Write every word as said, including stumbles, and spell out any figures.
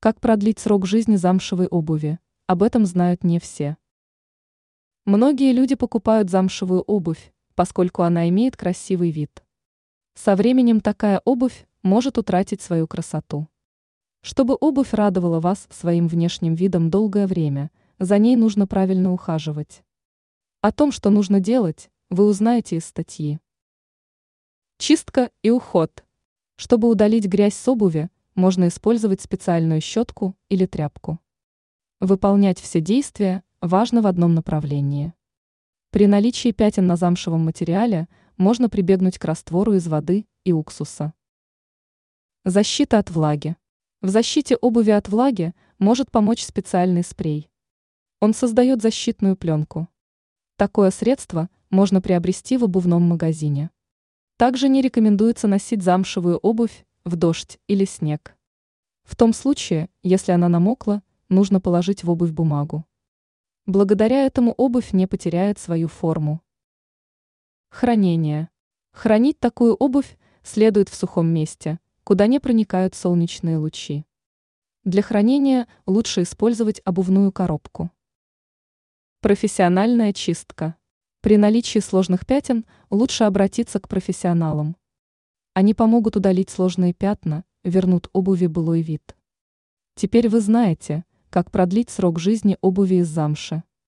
Как продлить срок жизни замшевой обуви? Об этом знают не все. Многие люди покупают замшевую обувь, поскольку она имеет красивый вид. Со временем такая обувь может утратить свою красоту. Чтобы обувь радовала вас своим внешним видом долгое время, за ней нужно правильно ухаживать. О том, что нужно делать, вы узнаете из статьи. Чистка и уход. Чтобы удалить грязь с обуви, можно использовать специальную щетку или тряпку. Выполнять все действия важно в одном направлении. При наличии пятен на замшевом материале можно прибегнуть к раствору из воды и уксуса. Защита от влаги. В защите обуви от влаги может помочь специальный спрей. Он создает защитную пленку. Такое средство можно приобрести в обувном магазине. Также не рекомендуется носить замшевую обувь в дождь или снег. В том случае, если она намокла, нужно положить в обувь бумагу. Благодаря этому обувь не потеряет свою форму. Хранение. Хранить такую обувь следует в сухом месте, куда не проникают солнечные лучи. Для хранения лучше использовать обувную коробку. Профессиональная чистка. При наличии сложных пятен лучше обратиться к профессионалам. Они помогут удалить сложные пятна, вернут обуви былой вид. Теперь вы знаете, как продлить срок жизни обуви из замши.